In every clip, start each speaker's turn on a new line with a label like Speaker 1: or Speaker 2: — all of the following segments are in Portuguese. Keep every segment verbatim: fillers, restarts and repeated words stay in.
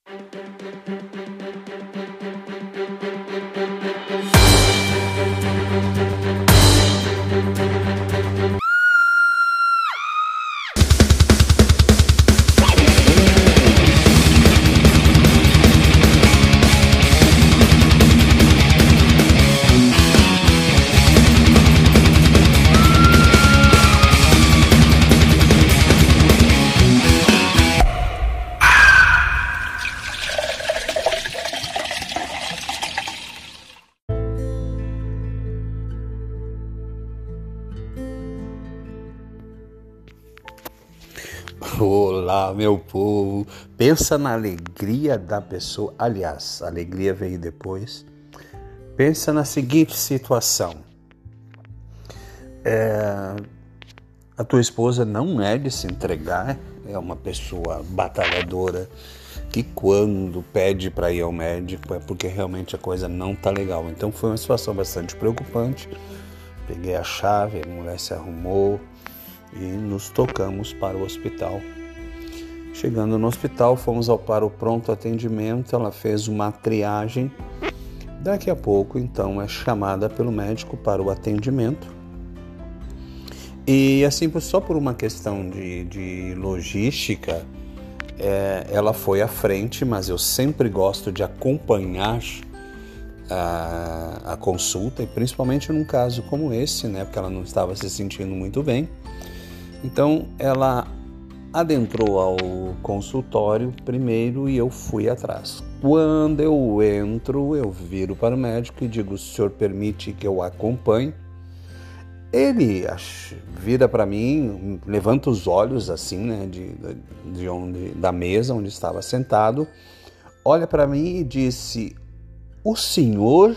Speaker 1: Olá, meu povo. Pensa na alegria da pessoa. Aliás, a alegria veio depois. Pensa na seguinte situação. É, a tua esposa não é de se entregar, é uma pessoa batalhadora que quando pede para ir ao médico é porque realmente a coisa não tá legal. Então foi uma situação bastante preocupante. Peguei a chave, a mulher se arrumou e nos tocamos para o hospital. Chegando no hospital, fomos ao, para o pronto atendimento, ela fez uma triagem. Daqui a pouco, então, é chamada pelo médico para o atendimento. E assim, só por uma questão de, de logística, é, ela foi à frente, mas eu sempre gosto de acompanhar a, a consulta, e principalmente num caso como esse, né, porque ela não estava se sentindo muito bem. Então, ela adentrou ao consultório primeiro e eu fui atrás. Quando eu entro, eu viro para o médico e digo: o senhor permite que eu acompanhe? Ele vira para mim, levanta os olhos assim, né, de, de onde, da mesa onde estava sentado, olha para mim e disse: o senhor,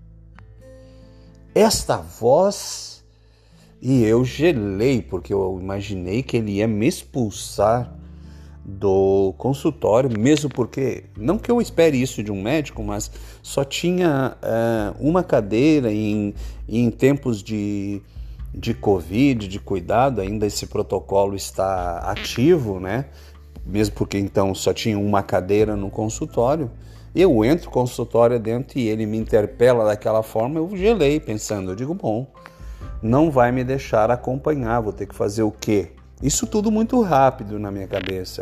Speaker 1: esta voz... E eu gelei, porque eu imaginei que ele ia me expulsar do consultório, mesmo porque, não que eu espere isso de um médico, mas só tinha uh, uma cadeira em, em tempos de, de Covid, de cuidado, ainda esse protocolo está ativo, né? Mesmo porque então só tinha uma cadeira no consultório. Eu entro no consultório dentro e ele me interpela daquela forma, eu gelei pensando, eu digo, bom... não vai me deixar acompanhar, vou ter que fazer o quê? Isso tudo muito rápido na minha cabeça.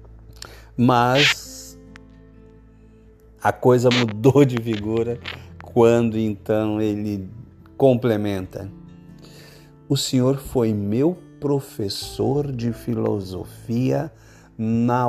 Speaker 1: Mas a coisa mudou de figura quando então ele complementa: o senhor foi meu professor de filosofia na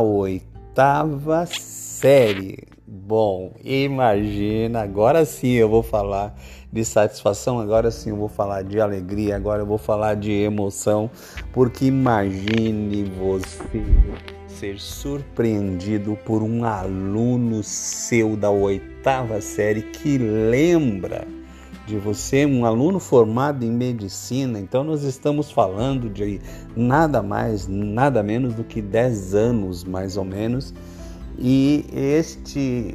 Speaker 1: oitava série. Bom, imagina, agora sim eu vou falar de satisfação, agora sim eu vou falar de alegria, agora eu vou falar de emoção, porque imagine você ser surpreendido por um aluno seu da oitava série que lembra de você, um aluno formado em medicina. Então nós estamos falando de nada mais, nada menos do que dez anos, mais ou menos, e este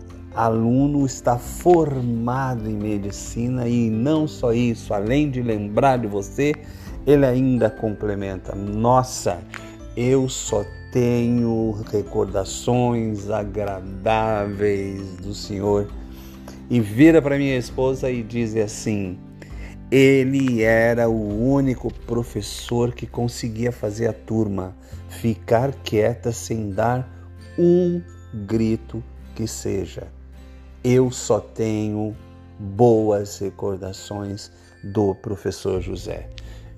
Speaker 1: aluno está formado em medicina e não só isso, além de lembrar de você, ele ainda complementa: nossa, eu só tenho recordações agradáveis do senhor. E vira para minha esposa e diz assim: ele era o único professor que conseguia fazer a turma ficar quieta sem dar um grito que seja. Eu só tenho boas recordações do professor José.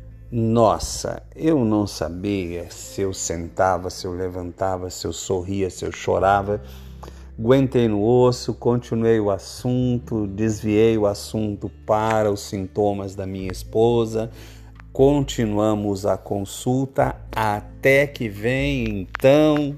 Speaker 1: Nossa, eu não sabia se eu sentava, se eu levantava, se eu sorria, se eu chorava. Aguentei no osso, continuei o assunto, desviei o assunto para os sintomas da minha esposa. Continuamos a consulta até que vem então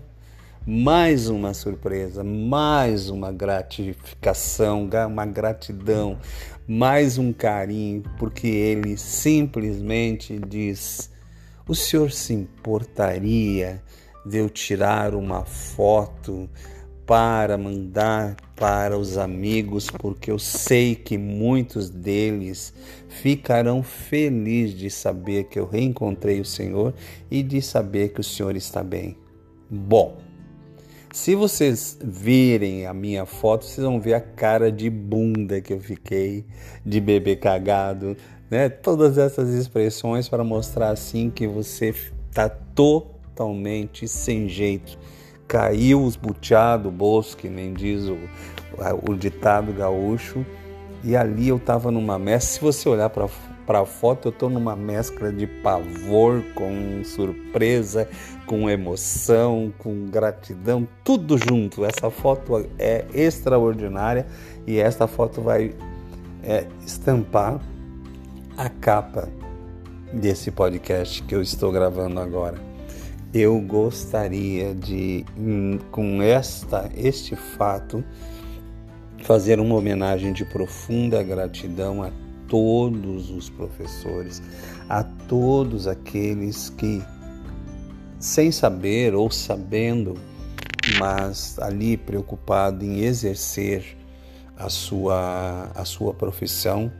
Speaker 1: mais uma surpresa, mais uma gratificação, uma gratidão, mais um carinho, porque ele simplesmente diz: o senhor se importaria de eu tirar uma foto para mandar para os amigos, porque eu sei que muitos deles ficarão felizes de saber que eu reencontrei o Senhor e de saber que o Senhor está bem. Bom, Se vocês virem a minha foto, vocês vão ver a cara de bunda que eu fiquei, de bebê cagado, né? Todas essas expressões para mostrar assim que você está totalmente sem jeito. Caiu os butiá do bolso, que nem diz o, o ditado gaúcho, e ali eu estava numa mescla. Se você olhar para para a foto, eu estou numa mescla de pavor, com surpresa, com emoção, com gratidão, tudo junto. Essa foto é extraordinária e esta foto vai é, estampar a capa desse podcast que eu estou gravando agora. Eu gostaria de, com esta, este fato, fazer uma homenagem de profunda gratidão a todos os professores, a todos aqueles que, sem saber ou sabendo, mas ali preocupado em exercer a sua, a sua profissão,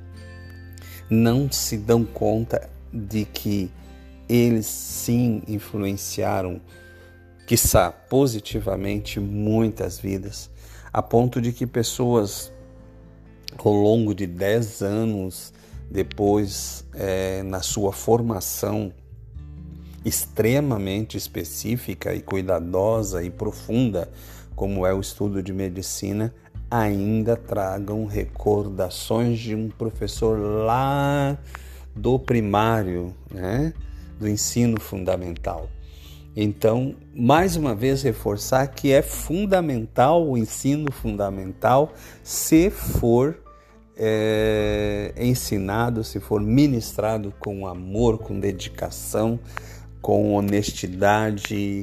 Speaker 1: não se dão conta de que eles sim influenciaram, quiçá positivamente, muitas vidas, a ponto de que pessoas, ao longo de dez anos depois, é, na sua formação extremamente específica e cuidadosa e profunda, como é o estudo de medicina, ainda tragam recordações de um professor lá do primário, né? Do ensino fundamental. Então, mais uma vez, reforçar que é fundamental o ensino fundamental se for é, ensinado, se for ministrado com amor, com dedicação, com honestidade,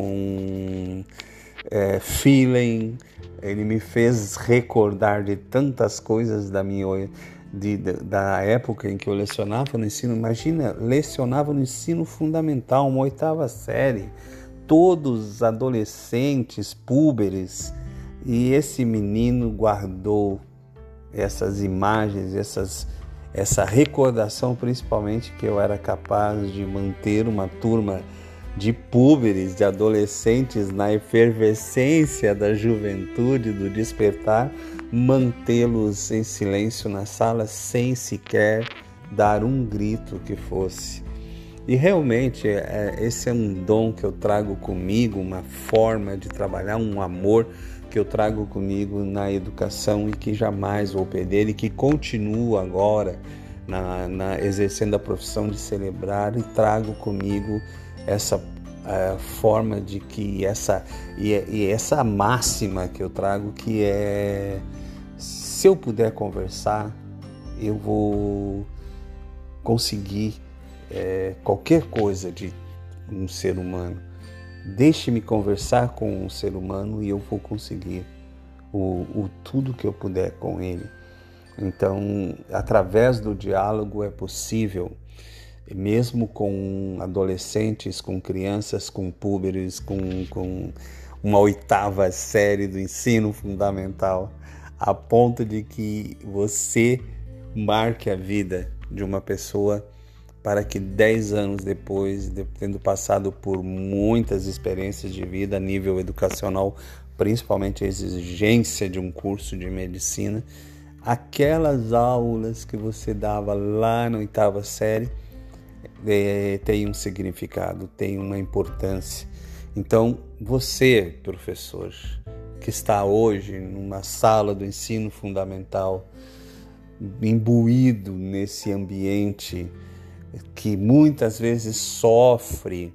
Speaker 1: com é, feeling. Ele me fez recordar de tantas coisas da minha De, da época em que eu lecionava no ensino. Imagina, lecionava no ensino fundamental, uma oitava série, todos adolescentes, púberes, e esse menino guardou essas imagens, essas, essa recordação, principalmente que eu era capaz de manter uma turma de púberes, de adolescentes na efervescência da juventude, do despertar, mantê-los em silêncio na sala sem sequer dar um grito que fosse. E realmente é, esse é um dom que eu trago comigo, uma forma de trabalhar, um amor que eu trago comigo na educação e que jamais vou perder e que continuo agora na, na, exercendo a profissão de celebrar, e trago comigo essa a forma de que essa e, e essa máxima que eu trago, que é: se eu puder conversar, eu vou conseguir é, qualquer coisa de um ser humano. Deixe-me conversar com um ser humano e eu vou conseguir o, o tudo que eu puder com ele. Então, através do diálogo é possível, mesmo com adolescentes, com crianças, com púberes, com, com uma oitava série do ensino fundamental, a ponto de que você marque a vida de uma pessoa para que dez anos depois, de, tendo passado por muitas experiências de vida a nível educacional, principalmente a exigência de um curso de medicina, aquelas aulas que você dava lá na oitava série é, tem um significado, tem uma importância. Então, você, professor, que está hoje numa sala do ensino fundamental, imbuído nesse ambiente que muitas vezes sofre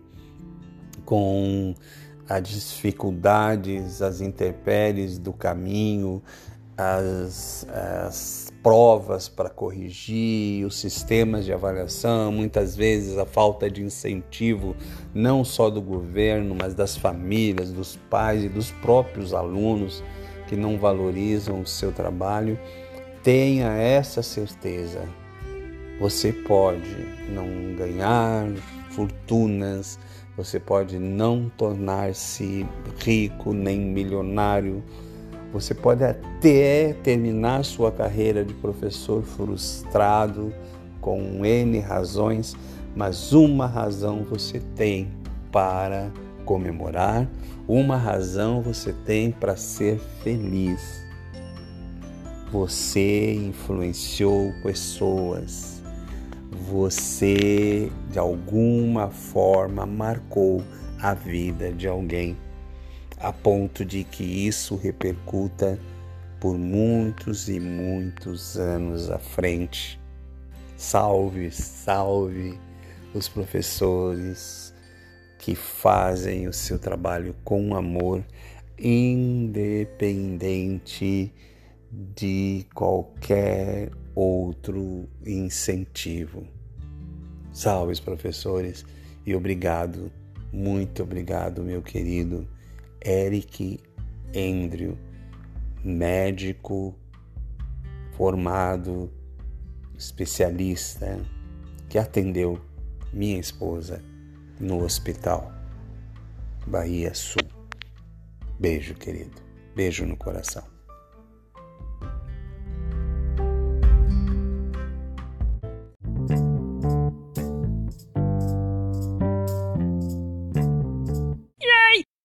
Speaker 1: com as dificuldades, as intempéries do caminho, as, as provas para corrigir, os sistemas de avaliação, muitas vezes a falta de incentivo, não só do governo, mas das famílias, dos pais e dos próprios alunos que não valorizam o seu trabalho. Tenha essa certeza. Você pode não ganhar fortunas, você pode não tornar-se rico nem milionário, você pode até terminar sua carreira de professor frustrado com N razões, mas uma razão você tem para comemorar, uma razão você tem para ser feliz. Você influenciou pessoas, você de alguma forma marcou a vida de alguém, a ponto de que isso repercuta por muitos e muitos anos à frente. Salve, salve os professores que fazem o seu trabalho com amor, independente de qualquer outro incentivo. Salve os professores e obrigado, muito obrigado, meu querido Eric Andrew, médico formado, especialista, que atendeu minha esposa no hospital Bahia Sul. Beijo, querido. Beijo no coração.